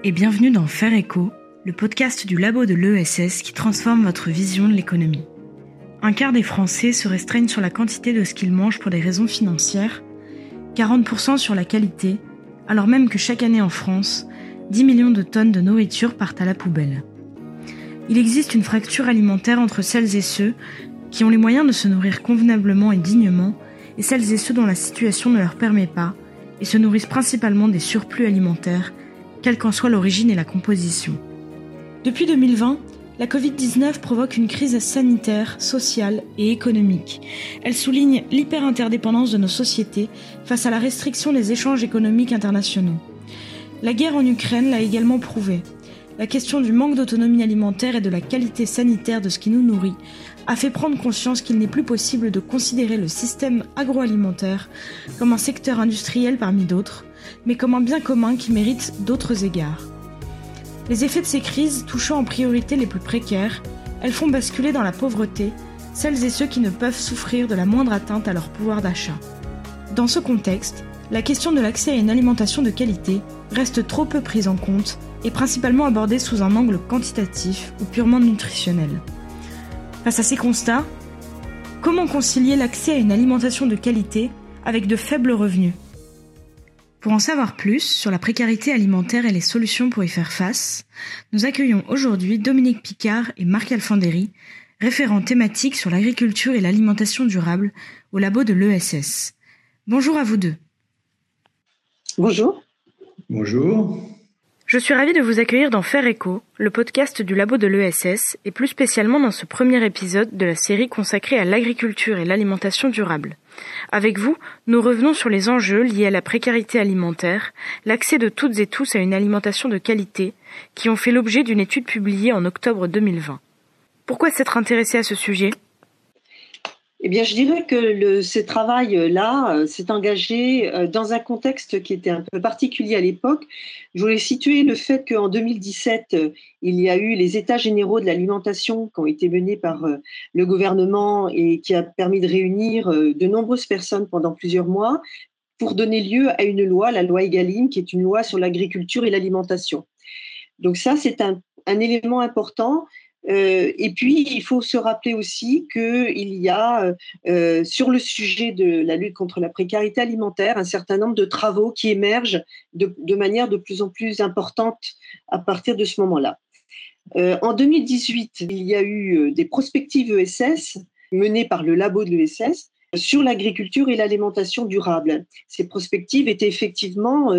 et bienvenue dans Faire Écho, le podcast du labo de l'ESS qui transforme votre vision de l'économie. Un quart des Français se restreignent sur la quantité de ce qu'ils mangent pour des raisons financières, 40% sur la qualité, alors même que chaque année en France, 10 millions de tonnes de nourriture partent à la poubelle. Il existe une fracture alimentaire entre celles et ceux qui ont les moyens de se nourrir convenablement et dignement, et celles et ceux dont la situation ne leur permet pas, et se nourrissent principalement des surplus alimentaires, quelle qu'en soit l'origine et la composition. Depuis 2020, la Covid-19 provoque une crise sanitaire, sociale et économique. Elle souligne l'hyper-interdépendance de nos sociétés face à la restriction des échanges économiques internationaux. La guerre en Ukraine l'a également prouvé. La question du manque d'autonomie alimentaire et de la qualité sanitaire de ce qui nous nourrit a fait prendre conscience qu'il n'est plus possible de considérer le système agroalimentaire comme un secteur industriel parmi d'autres, mais comme un bien commun qui mérite d'autres égards. Les effets de ces crises touchant en priorité les plus précaires, elles font basculer dans la pauvreté celles et ceux qui ne peuvent souffrir de la moindre atteinte à leur pouvoir d'achat. Dans ce contexte, la question de l'accès à une alimentation de qualité reste trop peu prise en compte et principalement abordée sous un angle quantitatif ou purement nutritionnel. Face à ces constats, comment concilier l'accès à une alimentation de qualité avec de faibles revenus ? Pour en savoir plus sur la précarité alimentaire et les solutions pour y faire face, nous accueillons aujourd'hui Dominique Picard et Marc Alfandéry, référents thématiques sur l'agriculture et l'alimentation durable au labo de l'ESS. Bonjour à vous deux. Bonjour. Bonjour. Je suis ravie de vous accueillir dans Faire Écho, le podcast du labo de l'ESS, et plus spécialement dans ce premier épisode de la série consacrée à l'agriculture et l'alimentation durable. Avec vous, nous revenons sur les enjeux liés à la précarité alimentaire, l'accès de toutes et tous à une alimentation de qualité, qui ont fait l'objet d'une étude publiée en octobre 2020. Pourquoi s'être intéressé à ce sujet ? Eh bien, je dirais que ce travail-là s'est engagé dans un contexte qui était un peu particulier à l'époque. Je voulais situer le fait qu'en 2017, il y a eu les États généraux de l'alimentation qui ont été menés par le gouvernement et qui a permis de réunir de nombreuses personnes pendant plusieurs mois pour donner lieu à une loi, la loi Egalim, qui est une loi sur l'agriculture et l'alimentation. Donc ça, c'est un élément important. Et puis, il faut se rappeler aussi qu'il y a, sur le sujet de la lutte contre la précarité alimentaire, un certain nombre de travaux qui émergent de manière de plus en plus importante à partir de ce moment-là. En 2018, il y a eu des prospectives ESS menées par le labo de l'ESS sur l'agriculture et l'alimentation durable. Ces prospectives étaient effectivement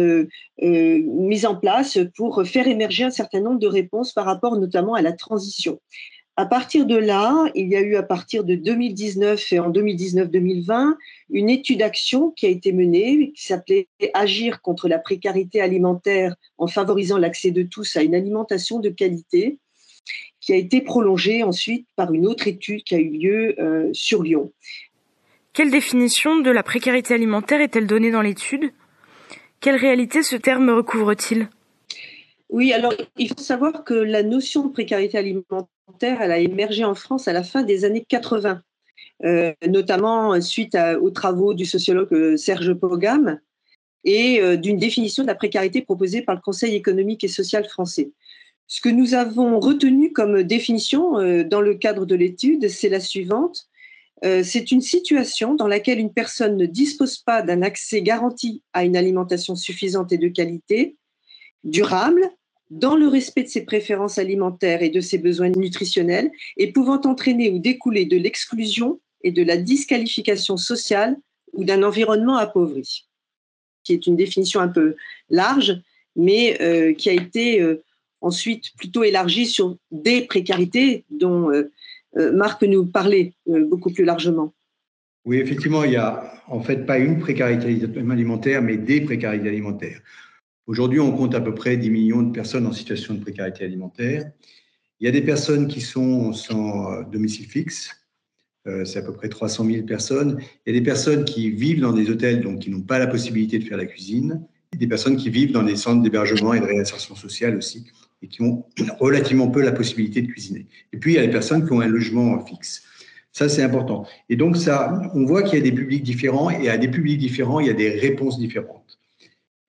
mises en place pour faire émerger un certain nombre de réponses par rapport notamment à la transition. À partir de là, il y a eu à partir de 2019 et en 2019-2020 une étude d'action qui a été menée qui s'appelait « Agir contre la précarité alimentaire en favorisant l'accès de tous à une alimentation de qualité » qui a été prolongée ensuite par une autre étude qui a eu lieu sur Lyon. Quelle définition de la précarité alimentaire est-elle donnée dans l'étude ? Quelle réalité ce terme recouvre-t-il ? Oui, alors il faut savoir que la notion de précarité alimentaire, elle a émergé en France à la fin des années 80, notamment suite aux travaux du sociologue Serge Pogam et d'une définition de la précarité proposée par le Conseil économique et social français. Ce que nous avons retenu comme définition dans le cadre de l'étude, c'est la suivante. C'est une situation dans laquelle une personne ne dispose pas d'un accès garanti à une alimentation suffisante et de qualité, durable, dans le respect de ses préférences alimentaires et de ses besoins nutritionnels, et pouvant entraîner ou découler de l'exclusion et de la disqualification sociale ou d'un environnement appauvri, qui est une définition un peu large, mais qui a été ensuite plutôt élargie sur des précarités dont Marc peut nous parler beaucoup plus largement. Oui, effectivement, il n'y a en fait pas une précarité alimentaire, mais des précarités alimentaires. Aujourd'hui, on compte à peu près 10 millions de personnes en situation de précarité alimentaire. Il y a des personnes qui sont sans domicile fixe, c'est à peu près 300 000 personnes. Il y a des personnes qui vivent dans des hôtels, donc qui n'ont pas la possibilité de faire la cuisine, et des personnes qui vivent dans des centres d'hébergement et de réinsertion sociale aussi, et qui ont relativement peu la possibilité de cuisiner. Et puis, il y a les personnes qui ont un logement fixe. Ça, c'est important. Et donc, ça, on voit qu'il y a des publics différents, et à des publics différents, il y a des réponses différentes.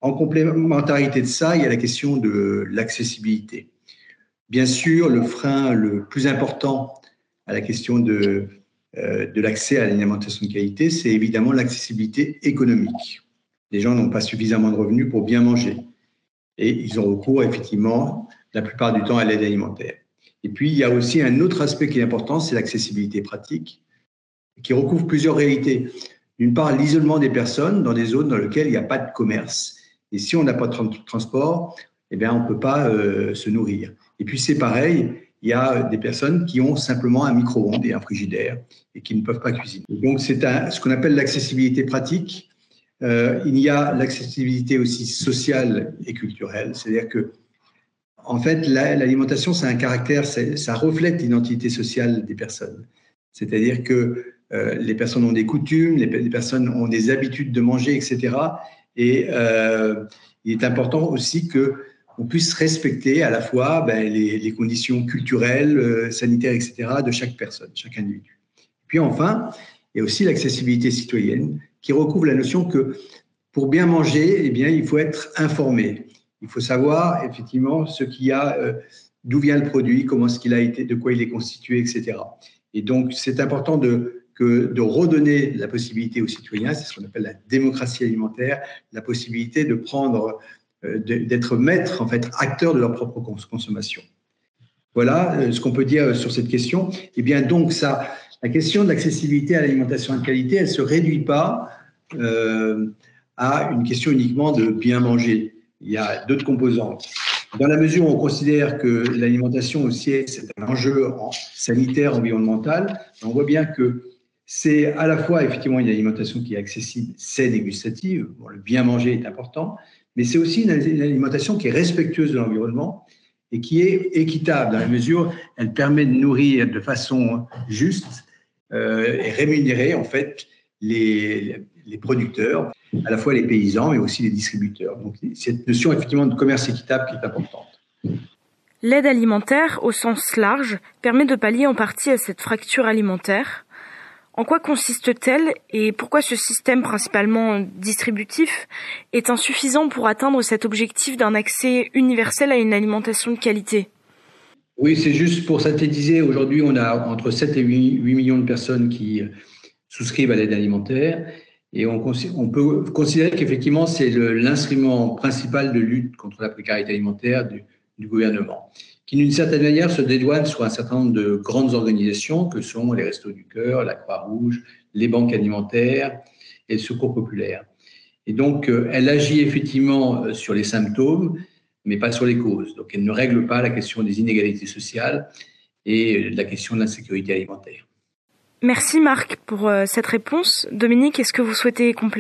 En complémentarité de ça, il y a la question de l'accessibilité. Bien sûr, le frein le plus important à la question de l'accès à l'alimentation de qualité, c'est évidemment l'accessibilité économique. Les gens n'ont pas suffisamment de revenus pour bien manger et ils ont recours effectivement la plupart du temps à l'aide alimentaire. Et puis, il y a aussi un autre aspect qui est important, c'est l'accessibilité pratique, qui recouvre plusieurs réalités. D'une part, l'isolement des personnes dans des zones dans lesquelles il n'y a pas de commerce. Et si on n'a pas de transport, eh bien, on ne peut pas se nourrir. Et puis, c'est pareil, il y a des personnes qui ont simplement un micro-ondes et un frigidaire et qui ne peuvent pas cuisiner. Donc, c'est ce qu'on appelle l'accessibilité pratique. Il y a l'accessibilité aussi sociale et culturelle, c'est-à-dire que, en fait, l'alimentation, c'est un caractère, ça reflète l'identité sociale des personnes. C'est-à-dire que les personnes ont des coutumes, les personnes ont des habitudes de manger, etc. Et il est important aussi qu'on puisse respecter à la fois les conditions culturelles, sanitaires, etc. de chaque personne, chaque individu. Puis enfin, il y a aussi l'accessibilité citoyenne qui recouvre la notion que pour bien manger, eh bien, il faut être informé. Il faut savoir effectivement ce qu'il y a, d'où vient le produit, comment est-ce qu'il a été, de quoi il est constitué, etc. Et donc, c'est important de redonner la possibilité aux citoyens, c'est ce qu'on appelle la démocratie alimentaire, la possibilité de prendre, d'être maître, en fait, acteur de leur propre consommation. Voilà ce qu'on peut dire sur cette question. Eh bien, donc, la question de l'accessibilité à l'alimentation de qualité, elle ne se réduit pas à une question uniquement de bien manger. Il y a d'autres composantes. Dans la mesure où on considère que l'alimentation aussi, c'est un enjeu sanitaire, environnemental, on voit bien que c'est à la fois effectivement une alimentation qui est accessible, c'est dégustative, bon, le bien manger est important, mais c'est aussi une alimentation qui est respectueuse de l'environnement et qui est équitable dans la mesure où elle permet de nourrir de façon juste et rémunérer en fait les producteurs, à la fois les paysans, mais aussi les distributeurs. Donc, cette notion, effectivement, de commerce équitable qui est importante. L'aide alimentaire, au sens large, permet de pallier en partie à cette fracture alimentaire. En quoi consiste-t-elle et pourquoi ce système principalement distributif est insuffisant pour atteindre cet objectif d'un accès universel à une alimentation de qualité ? Oui, c'est juste pour synthétiser. Aujourd'hui, on a entre 7 et 8 millions de personnes qui souscrivent à l'aide alimentaire. Et on peut considérer qu'effectivement, c'est l'instrument principal de lutte contre la précarité alimentaire du gouvernement, qui d'une certaine manière se dédouane sur un certain nombre de grandes organisations que sont les Restos du Cœur, la Croix-Rouge, les banques alimentaires et le Secours populaire. Et donc, elle agit effectivement sur les symptômes, mais pas sur les causes. Donc, elle ne règle pas la question des inégalités sociales et la question de l'insécurité alimentaire. Merci Marc pour cette réponse. Dominique, est-ce que vous souhaitez compléter ?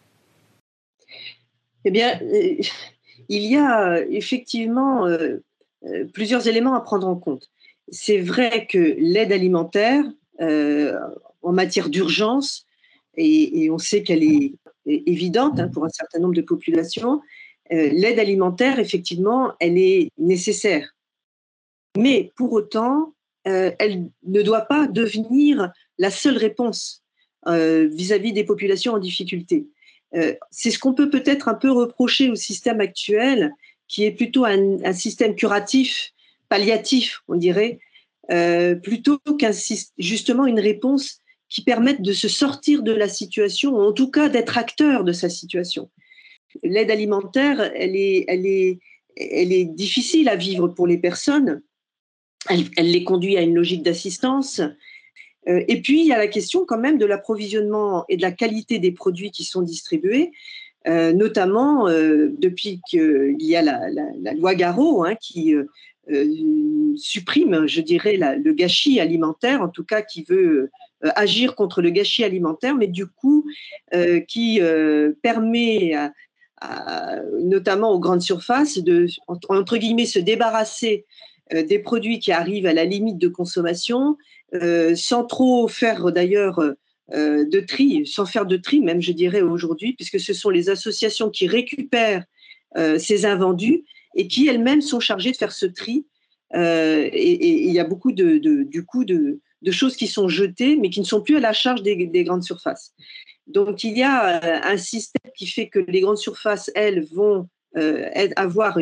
Eh bien, il y a effectivement plusieurs éléments à prendre en compte. C'est vrai que l'aide alimentaire, en matière d'urgence, et on sait qu'elle est évidente pour un certain nombre de populations, l'aide alimentaire, effectivement, elle est nécessaire. Mais pour autant, elle ne doit pas devenir la seule réponse vis-à-vis des populations en difficulté. C'est ce qu'on peut peut-être un peu reprocher au système actuel, qui est plutôt un système curatif, palliatif, on dirait, plutôt justement une réponse qui permette de se sortir de la situation, ou en tout cas d'être acteur de sa situation. L'aide alimentaire, elle est difficile à vivre pour les personnes. Elle les conduit à une logique d'assistance. Et puis, il y a la question quand même de l'approvisionnement et de la qualité des produits qui sont distribués, notamment depuis qu'il y a la loi Garot qui supprime, je dirais, le gâchis alimentaire, en tout cas qui veut agir contre le gâchis alimentaire, mais du coup qui permet notamment aux grandes surfaces de, entre guillemets, se débarrasser des produits qui arrivent à la limite de consommation, sans trop faire d'ailleurs de tri, sans faire de tri même, je dirais, aujourd'hui, puisque ce sont les associations qui récupèrent ces invendus et qui elles-mêmes sont chargées de faire ce tri. Et il y a beaucoup du coup de choses qui sont jetées, mais qui ne sont plus à la charge des grandes surfaces. Donc, il y a un système qui fait que les grandes surfaces, elles, vont avoir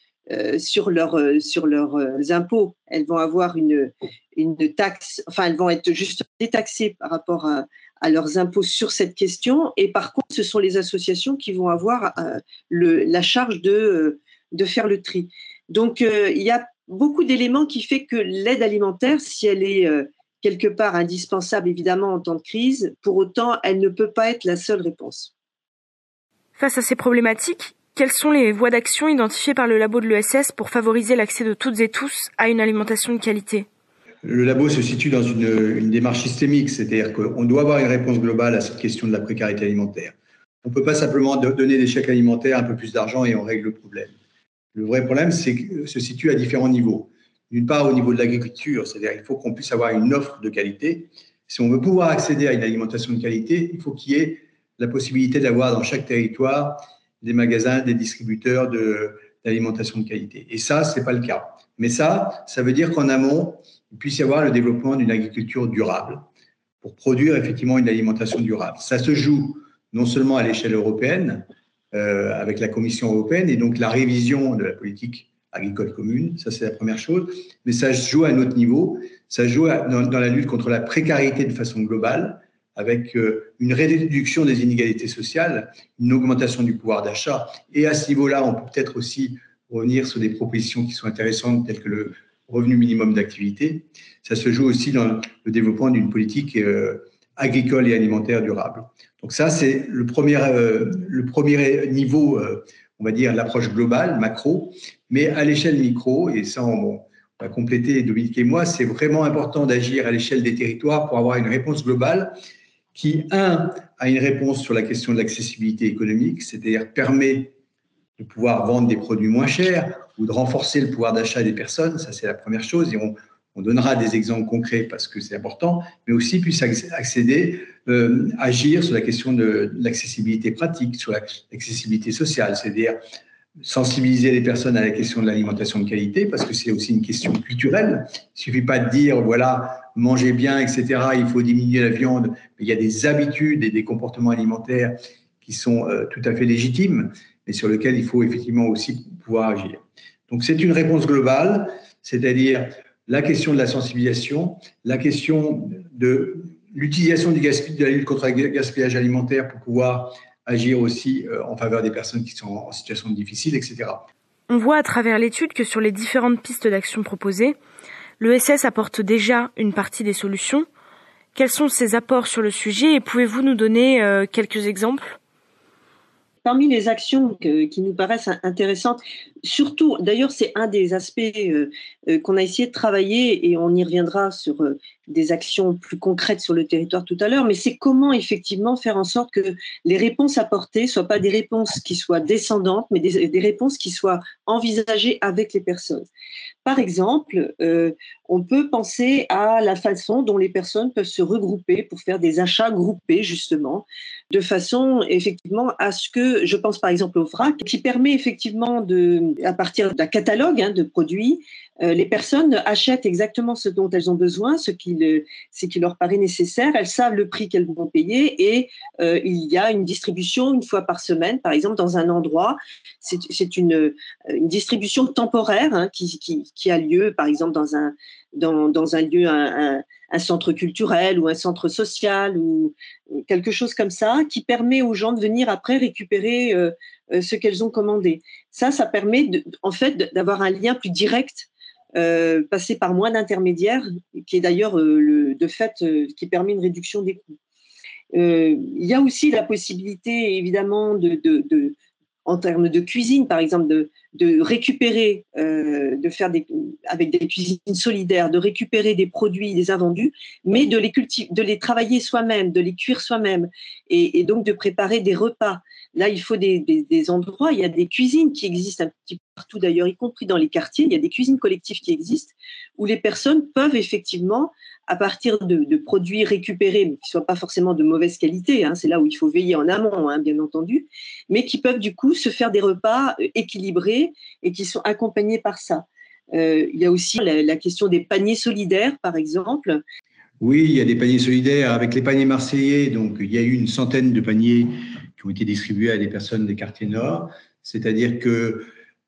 sur leurs impôts, elles vont avoir une taxe, enfin, elles vont être juste détaxées par rapport à leurs impôts sur cette question. Et par contre, ce sont les associations qui vont avoir la charge de faire le tri. Donc, il y a beaucoup d'éléments qui font que l'aide alimentaire, si elle est quelque part indispensable, évidemment, en temps de crise, pour autant, elle ne peut pas être la seule réponse. Face à ces problématiques, quelles sont les voies d'action identifiées par le labo de l'ESS pour favoriser l'accès de toutes et tous à une alimentation de qualité ? Le labo se situe dans une démarche systémique, c'est-à-dire qu'on doit avoir une réponse globale à cette question de la précarité alimentaire. On ne peut pas simplement donner des chèques alimentaires, un peu plus d'argent et on règle le problème. Le vrai problème, c'est que se situe à différents niveaux. D'une part, au niveau de l'agriculture, c'est-à-dire qu'il faut qu'on puisse avoir une offre de qualité. Si on veut pouvoir accéder à une alimentation de qualité, il faut qu'il y ait la possibilité d'avoir dans chaque territoire des magasins, des distributeurs d'alimentation de qualité. Et ça, ce n'est pas le cas. Mais ça veut dire qu'en amont, il puisse y avoir le développement d'une agriculture durable pour produire effectivement une alimentation durable. Ça se joue non seulement à l'échelle européenne, avec la Commission européenne, et donc la révision de la politique agricole commune, ça c'est la première chose, mais ça se joue à un autre niveau, ça se joue dans la lutte contre la précarité de façon globale, avec une réduction des inégalités sociales, une augmentation du pouvoir d'achat, et à ce niveau-là, on peut peut-être aussi revenir sur des propositions qui sont intéressantes, telles que le revenu minimum d'activité. Ça se joue aussi dans le développement d'une politique agricole et alimentaire durable. Donc ça, c'est le premier niveau, on va dire, l'approche globale, macro, mais à l'échelle micro, et ça, on va compléter, Dominique et moi, c'est vraiment important d'agir à l'échelle des territoires pour avoir une réponse globale qui, a une réponse sur la question de l'accessibilité économique, c'est-à-dire permet de pouvoir vendre des produits moins chers ou de renforcer le pouvoir d'achat des personnes, ça c'est la première chose, et on donnera des exemples concrets parce que c'est important, mais aussi puisse accéder, agir sur la question de l'accessibilité pratique, sur l'accessibilité sociale, c'est-à-dire sensibiliser les personnes à la question de l'alimentation de qualité, parce que c'est aussi une question culturelle. Il ne suffit pas de dire, voilà, mangez bien, etc., il faut diminuer la viande, mais il y a des habitudes et des comportements alimentaires qui sont tout à fait légitimes, mais sur lesquels il faut effectivement aussi pouvoir agir. Donc c'est une réponse globale, c'est-à-dire la question de la sensibilisation, la question de l'utilisation de la lutte contre le gaspillage alimentaire pour pouvoir agir aussi en faveur des personnes qui sont en situation difficile, etc. On voit à travers l'étude que sur les différentes pistes d'action proposées, l'ESS apporte déjà une partie des solutions. Quels sont ses apports sur le sujet et pouvez-vous nous donner quelques exemples ? Parmi les actions qui nous paraissent intéressantes, surtout, d'ailleurs, c'est un des aspects qu'on a essayé de travailler et on y reviendra sur des actions plus concrètes sur le territoire tout à l'heure, mais c'est comment effectivement faire en sorte que les réponses apportées ne soient pas des réponses qui soient descendantes, mais des réponses qui soient envisagées avec les personnes. Par exemple, on peut penser à la façon dont les personnes peuvent se regrouper pour faire des achats groupés, justement, de façon effectivement à ce que, je pense par exemple au VRAC, qui permet effectivement à partir d'un catalogue de produits, les personnes achètent exactement ce dont elles ont besoin, ce qui leur paraît nécessaire, elles savent le prix qu'elles vont payer et il y a une distribution une fois par semaine, par exemple dans un endroit. C'est une distribution temporaire qui a lieu, par exemple dans un lieu, un centre culturel ou un centre social ou quelque chose comme ça, qui permet aux gens de venir après récupérer ce qu'elles ont commandé. Ça permet en fait d'avoir un lien plus direct, passer par moins d'intermédiaires, qui est d'ailleurs de fait qui permet une réduction des coûts. Il y a aussi la possibilité évidemment en termes de cuisine, par exemple, de récupérer, de faire avec des cuisines solidaires, de récupérer des produits, des invendus, mais de les travailler soi-même, de les cuire soi-même, et donc de préparer des repas. Là, il faut des endroits, il y a des cuisines qui existent un petit peu partout d'ailleurs, y compris dans les quartiers, il y a des cuisines collectives qui existent, où les personnes peuvent effectivement, à partir de produits récupérés, mais qui ne soient pas forcément de mauvaise qualité, c'est là où il faut veiller en amont, bien entendu, mais qui peuvent du coup se faire des repas équilibrés et qui sont accompagnés par ça. Il y a aussi la question des paniers solidaires, par exemple. Oui, il y a des paniers solidaires avec les paniers marseillais. Donc, il y a eu une centaine de paniers qui ont été distribués à des personnes des quartiers nord. C'est-à-dire que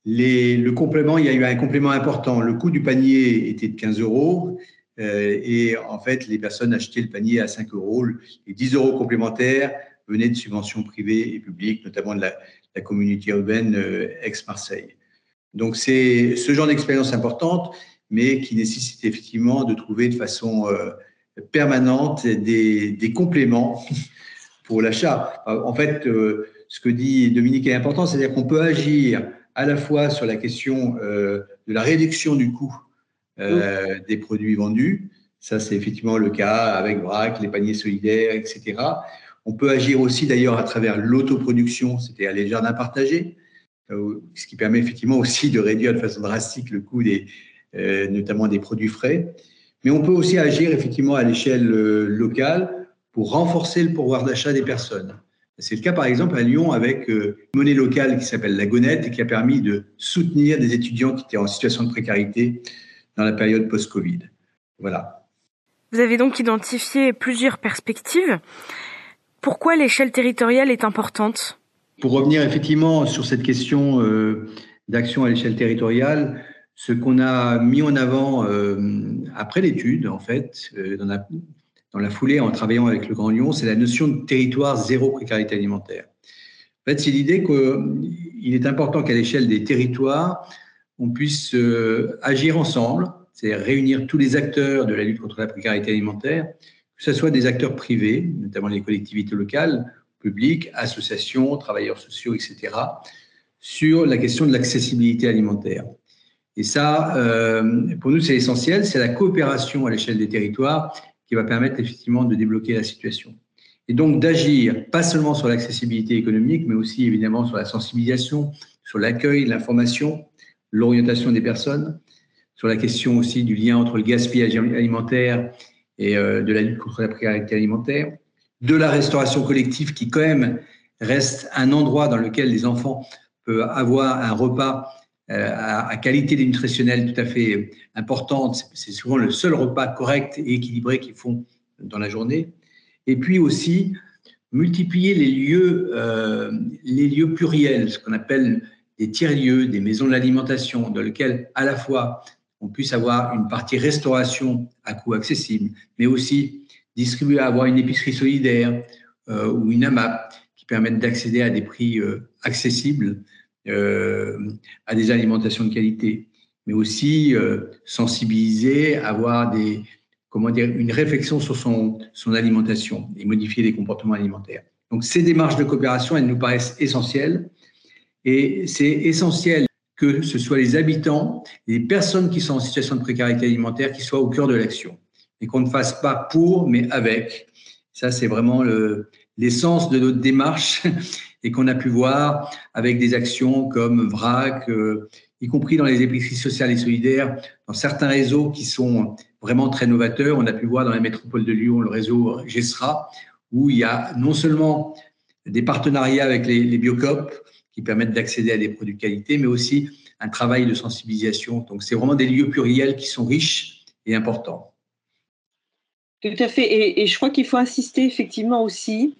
le complément, il y a eu un complément important. Le coût du panier était de 15 euros et en fait, les personnes achetaient le panier à 5 euros. Les 10 euros complémentaires venaient de subventions privées et publiques, notamment de la communauté urbaine ex-Marseille. Donc, c'est ce genre d'expérience importante, mais qui nécessite effectivement de trouver de façon permanente des compléments pour l'achat. En fait, ce que dit Dominique est important, c'est-à-dire qu'on peut agir à la fois sur la question de la réduction du coût des produits vendus. Ça, c'est effectivement le cas avec VRAC, les paniers solidaires, etc. On peut agir aussi d'ailleurs à travers l'autoproduction, c'est-à-dire les jardins partagés, ce qui permet effectivement aussi de réduire de façon drastique le coût notamment des produits frais. Mais on peut aussi agir effectivement à l'échelle locale pour renforcer le pouvoir d'achat des personnes. C'est le cas par exemple à Lyon avec une monnaie locale qui s'appelle la Gonette et qui a permis de soutenir des étudiants qui étaient en situation de précarité dans la période post-Covid. Voilà. Vous avez donc identifié plusieurs perspectives. Pourquoi l'échelle territoriale est importante ? Pour revenir effectivement sur cette question d'action à l'échelle territoriale, ce qu'on a mis en avant après l'étude, en fait, dans la foulée, en travaillant avec le Grand Lyon, c'est la notion de territoire zéro précarité alimentaire. En fait, c'est l'idée qu'il est important qu'à l'échelle des territoires, on puisse agir ensemble, c'est-à-dire réunir tous les acteurs de la lutte contre la précarité alimentaire, que ce soit des acteurs privés, notamment les collectivités locales, publiques, associations, travailleurs sociaux, etc., sur la question de l'accessibilité alimentaire. Et ça, pour nous, c'est essentiel, c'est la coopération à l'échelle des territoires qui va permettre effectivement de débloquer la situation. Et donc d'agir, pas seulement sur l'accessibilité économique, mais aussi évidemment sur la sensibilisation, sur l'accueil, l'information, l'orientation des personnes, sur la question aussi du lien entre le gaspillage alimentaire et de la lutte contre la précarité alimentaire, de la restauration collective qui quand même reste un endroit dans lequel les enfants peuvent avoir un repas à qualité nutritionnelle tout à fait importante. C'est souvent le seul repas correct et équilibré qu'ils font dans la journée. Et puis aussi multiplier les lieux pluriels, ce qu'on appelle des tiers-lieux, des maisons de l'alimentation, dans lesquels à la fois on puisse avoir une partie restauration à coût accessible, mais aussi distribuer, avoir une épicerie solidaire ou une AMAP qui permettent d'accéder à des prix accessibles, à des alimentations de qualité, mais aussi sensibiliser, avoir une réflexion sur son alimentation et modifier les comportements alimentaires. Donc, ces démarches de coopération, elles nous paraissent essentielles. Et c'est essentiel que ce soit les habitants, les personnes qui sont en situation de précarité alimentaire qui soient au cœur de l'action. Et qu'on ne fasse pas pour, mais avec. Ça, c'est vraiment l'essence de notre démarche et qu'on a pu voir avec des actions comme VRAC, y compris dans les épiceries sociales et solidaires, dans certains réseaux qui sont vraiment très novateurs. On a pu voir dans la métropole de Lyon le réseau GESRA, où il y a non seulement des partenariats avec les Biocoop qui permettent d'accéder à des produits de qualité, mais aussi un travail de sensibilisation. Donc, c'est vraiment des lieux pluriels qui sont riches et importants. Tout à fait. Et je crois qu'il faut insister effectivement aussi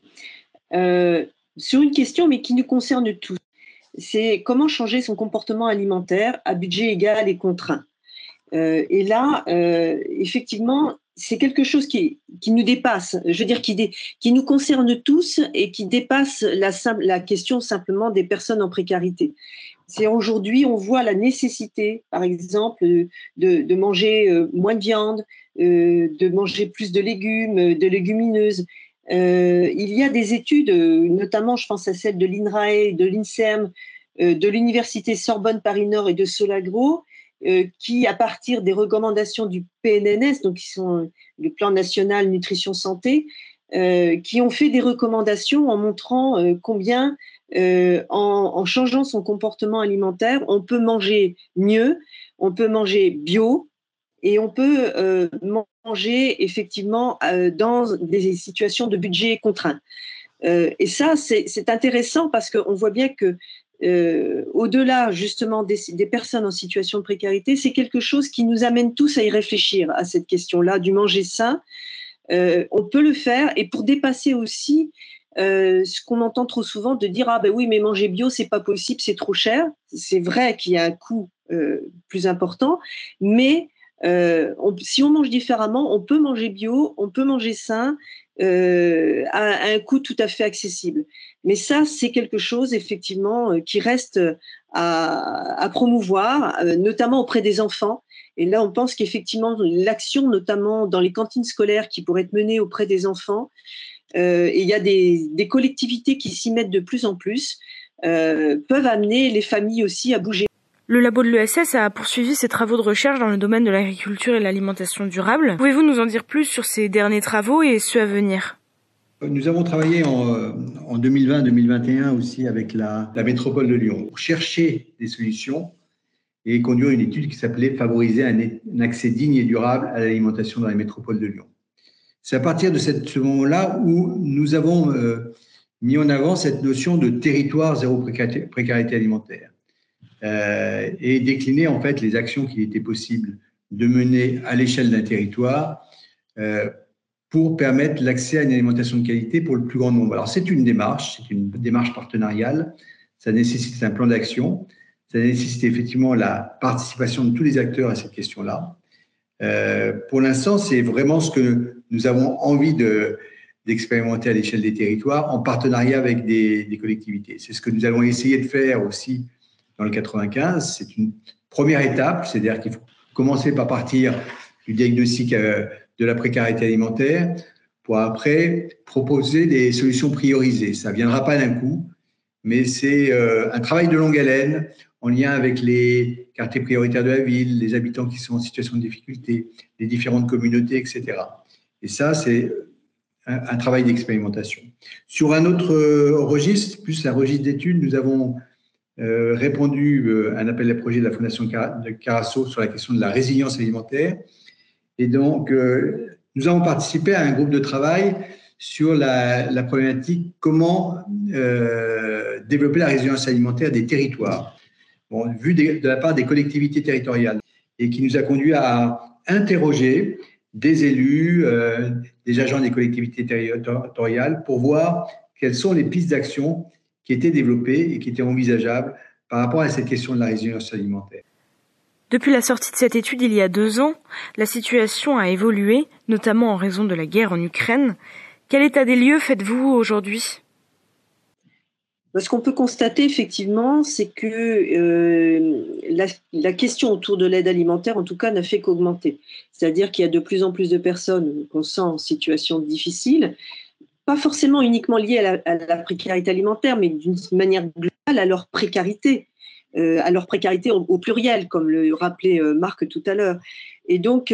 sur une question, mais qui nous concerne tous. C'est comment changer son comportement alimentaire à budget égal et contraint. Et là, effectivement, c'est quelque chose qui nous dépasse, je veux dire, qui nous concerne tous et qui dépasse la question simplement des personnes en précarité. C'est aujourd'hui, on voit la nécessité, par exemple, de manger moins de viande, de manger plus de légumes, de légumineuses. Il y a des études, notamment, je pense à celle de l'INRAE, de l'INSERM, de l'Université Sorbonne Paris-Nord et de Solagro, qui, à partir des recommandations du PNNS, donc qui sont le Plan National Nutrition Santé, qui ont fait des recommandations en montrant combien, en changeant son comportement alimentaire, on peut manger mieux, on peut manger bio et on peut manger effectivement dans des situations de budget contraint. Et ça, c'est intéressant parce qu'on voit bien que au-delà justement des personnes en situation de précarité, c'est quelque chose qui nous amène tous à y réfléchir à cette question-là du manger sain, on peut le faire, et pour dépasser aussi ce qu'on entend trop souvent de dire ah ben oui mais manger bio c'est pas possible, c'est trop cher. C'est vrai qu'il y a un coût plus important, mais si on mange différemment, on peut manger bio, on peut manger sain à un coût tout à fait accessible. Mais ça, c'est quelque chose effectivement qui reste à promouvoir, notamment auprès des enfants. Et là, on pense qu'effectivement, l'action, notamment dans les cantines scolaires, qui pourrait être menée auprès des enfants, et il y a des collectivités qui s'y mettent de plus en plus, peuvent amener les familles aussi à bouger. Le labo de l'ESS a poursuivi ses travaux de recherche dans le domaine de l'agriculture et de l'alimentation durable. Pouvez-vous nous en dire plus sur ces derniers travaux et ceux à venir ? Nous avons travaillé en 2020-2021 aussi avec la métropole de Lyon pour chercher des solutions et conduire une étude qui s'appelait « Favoriser un accès digne et durable à l'alimentation dans la métropole de Lyon ». C'est à partir de ce moment-là où nous avons mis en avant cette notion de territoire zéro précarité alimentaire et décliné en fait les actions qu'il était possible de mener à l'échelle d'un territoire pour permettre l'accès à une alimentation de qualité pour le plus grand nombre. Alors c'est une démarche partenariale, ça nécessite un plan d'action, ça nécessite effectivement la participation de tous les acteurs à cette question-là. Pour l'instant, c'est vraiment ce que nous avons envie d'expérimenter à l'échelle des territoires en partenariat avec des collectivités. C'est ce que nous allons essayer de faire aussi dans le 95. C'est une première étape, c'est-à-dire qu'il faut commencer par partir du diagnostic de la précarité alimentaire pour après proposer des solutions priorisées. Ça ne viendra pas d'un coup, mais c'est un travail de longue haleine en lien avec les quartiers prioritaires de la ville, les habitants qui sont en situation de difficulté, les différentes communautés, etc. Et ça, c'est un travail d'expérimentation. Sur un autre registre, plus un registre d'études, nous avons répondu à un appel à projet de la Fondation de Carasso sur la question de la résilience alimentaire. Et donc, nous avons participé à un groupe de travail sur la problématique comment développer la résilience alimentaire des territoires, vu de la part des collectivités territoriales, et qui nous a conduit à interroger des élus, des agents des collectivités territoriales pour voir quelles sont les pistes d'action qui étaient développées et qui étaient envisageables par rapport à cette question de la résilience alimentaire. Depuis la sortie de cette étude il y a 2 ans, la situation a évolué, notamment en raison de la guerre en Ukraine. Quel état des lieux faites-vous aujourd'hui ? Ce qu'on peut constater effectivement, c'est que la question autour de l'aide alimentaire, en tout cas, n'a fait qu'augmenter. C'est-à-dire qu'il y a de plus en plus de personnes qu'on sent en situation difficile, pas forcément uniquement liées à la précarité alimentaire, mais d'une manière globale à leur précarité. Au pluriel, comme le rappelait Marc tout à l'heure. Et donc,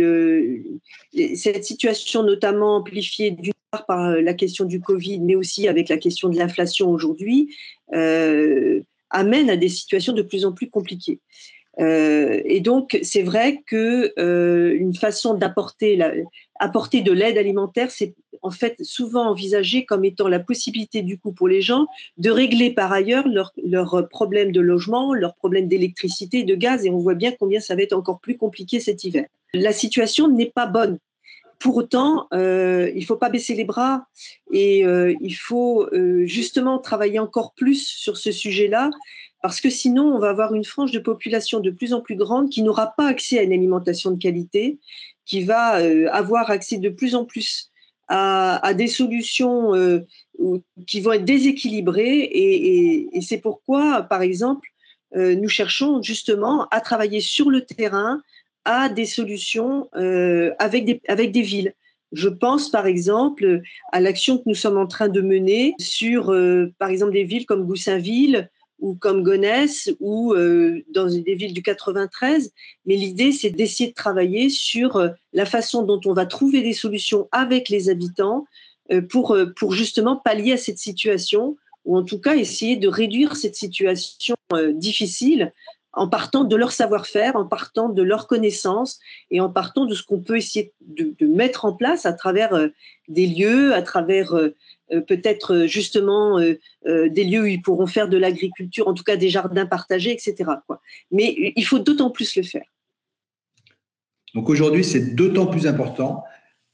cette situation notamment amplifiée d'une part par la question du Covid, mais aussi avec la question de l'inflation aujourd'hui, amène à des situations de plus en plus compliquées. Et donc, c'est vrai qu'une façon apporter de l'aide alimentaire, c'est en fait souvent envisagé comme étant la possibilité du coup pour les gens de régler par ailleurs leurs problèmes de logement, leurs problèmes d'électricité, de gaz, et on voit bien combien ça va être encore plus compliqué cet hiver. La situation n'est pas bonne. Pour autant, il ne faut pas baisser les bras et il faut justement travailler encore plus sur ce sujet-là, parce que sinon, on va avoir une frange de population de plus en plus grande qui n'aura pas accès à une alimentation de qualité, qui va avoir accès de plus en plus à des solutions qui vont être déséquilibrées. Et c'est pourquoi, par exemple, nous cherchons justement à travailler sur le terrain à des solutions avec des villes. Je pense par exemple à l'action que nous sommes en train de mener sur, par exemple, des villes comme Goussainville ou comme Gonesse ou dans des villes du 93. Mais l'idée, c'est d'essayer de travailler sur la façon dont on va trouver des solutions avec les habitants pour justement pallier à cette situation, ou en tout cas essayer de réduire cette situation difficile en partant de leur savoir-faire, en partant de leurs connaissances et en partant de ce qu'on peut essayer de mettre en place à travers des lieux, à travers peut-être justement des lieux où ils pourront faire de l'agriculture, en tout cas des jardins partagés, etc. Mais il faut d'autant plus le faire. Donc aujourd'hui, c'est d'autant plus important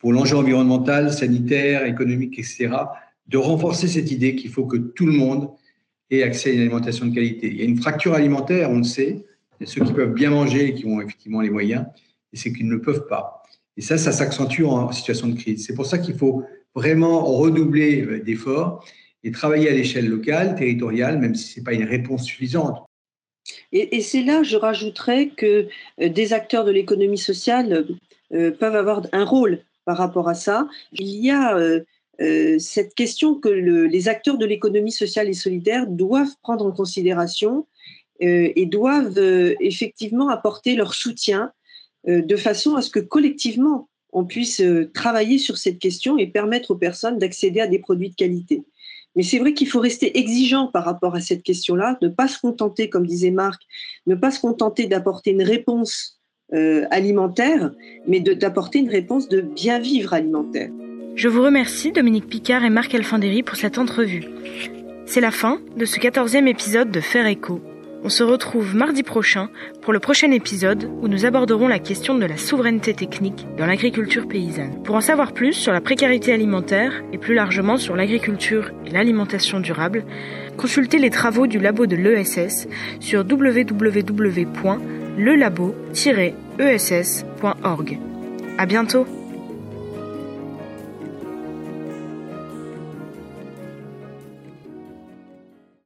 pour l'enjeu environnemental, sanitaire, économique, etc., de renforcer cette idée qu'il faut que tout le monde ait accès à une alimentation de qualité. Il y a une fracture alimentaire, on le sait. Il y a ceux qui peuvent bien manger et qui ont effectivement les moyens, et ceux qui ne le peuvent pas. Et ça s'accentue en situation de crise. C'est pour ça qu'il faut vraiment redoubler d'efforts et travailler à l'échelle locale, territoriale, même si ce n'est pas une réponse suffisante. Et c'est là, je rajouterais que des acteurs de l'économie sociale peuvent avoir un rôle par rapport à ça. Il y a cette question que les acteurs de l'économie sociale et solidaire doivent prendre en considération et doivent effectivement apporter leur soutien de façon à ce que collectivement, on puisse travailler sur cette question et permettre aux personnes d'accéder à des produits de qualité. Mais c'est vrai qu'il faut rester exigeant par rapport à cette question-là, ne pas se contenter, comme disait Marc, ne pas se contenter d'apporter une réponse alimentaire, mais d'apporter une réponse de bien vivre alimentaire. Je vous remercie Dominique Picard et Marc Alfandéry pour cette entrevue. C'est la fin de ce 14e épisode de Faire Écho. On se retrouve mardi prochain pour le prochain épisode où nous aborderons la question de la souveraineté technique dans l'agriculture paysanne. Pour en savoir plus sur la précarité alimentaire et plus largement sur l'agriculture et l'alimentation durable, consultez les travaux du labo de l'ESS sur www.lelabo-ess.org. À bientôt!